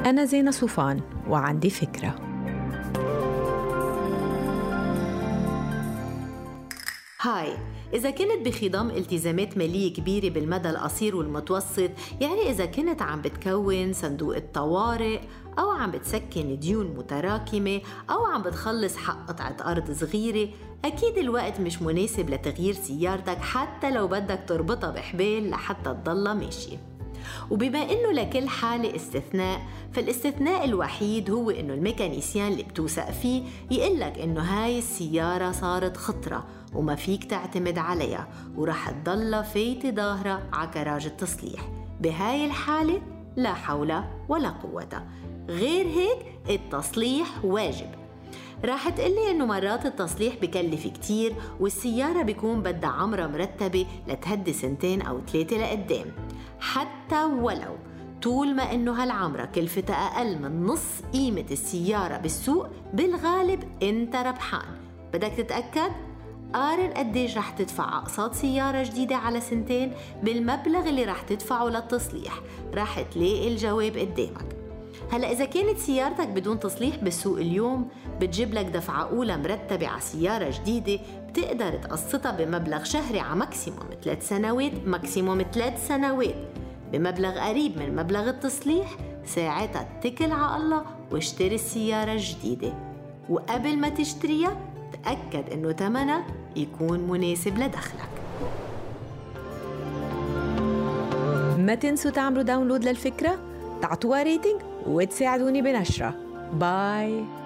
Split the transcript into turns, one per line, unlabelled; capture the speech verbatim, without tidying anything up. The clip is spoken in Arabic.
أنا زينة صوفان وعندي فكرة.
هاي، إذا كنت بخضم التزامات مالية كبيرة بالمدى القصير والمتوسط، يعني إذا كنت عم بتكون صندوق الطوارئ أو عم بتسكن ديون متراكمة أو عم بتخلص حق قطعة أرض صغيرة، أكيد الوقت مش مناسب لتغيير سيارتك حتى لو بدك تربطها بحبال لحتى تضلها ماشية. وبما إنه لكل حالة استثناء، فالاستثناء الوحيد هو إنه الميكانيسيان اللي بتوثق فيه يقلك إنه هاي السيارة صارت خطرة وما فيك تعتمد عليها ورح تضلها فايتة ظاهرة على كراج التصليح. بهاي الحالة لا حول ولا قوة. غير هيك التصليح واجب. راح تقلي إنه مرات التصليح بكلف كتير والسيارة بيكون بدها عمرة مرتبة لتهدي سنتين أو ثلاثة لقدام. حتى ولو طول ما إنه هالعمرة كلفتها أقل من نص قيمة السيارة بالسوق، بالغالب أنت ربحان. بدك تتأكد؟ قارن قديش رح تدفع أقساط سيارة جديدة على سنتين بالمبلغ اللي رح تدفعه للتصليح، رح تلاقي الجواب قدامك. هلأ إذا كانت سيارتك بدون تصليح بالسوق اليوم بتجيب لك دفعة أولى مرتبة على سيارة جديدة، بتقدر تقسطها بمبلغ شهري على ماكسيموم ثلاث سنوات ماكسيموم ثلاث سنوات بمبلغ قريب من مبلغ التصليح. ساعتها اتكل على الله واشتري السيارة الجديدة، وقبل ما تشتريها تأكد إنه ثمنها يكون مناسب لدخلك.
ما تنسوا تعملوا داونلود للفكرة، تعطوها ريتنج وتساعدوني بنشرة. باي.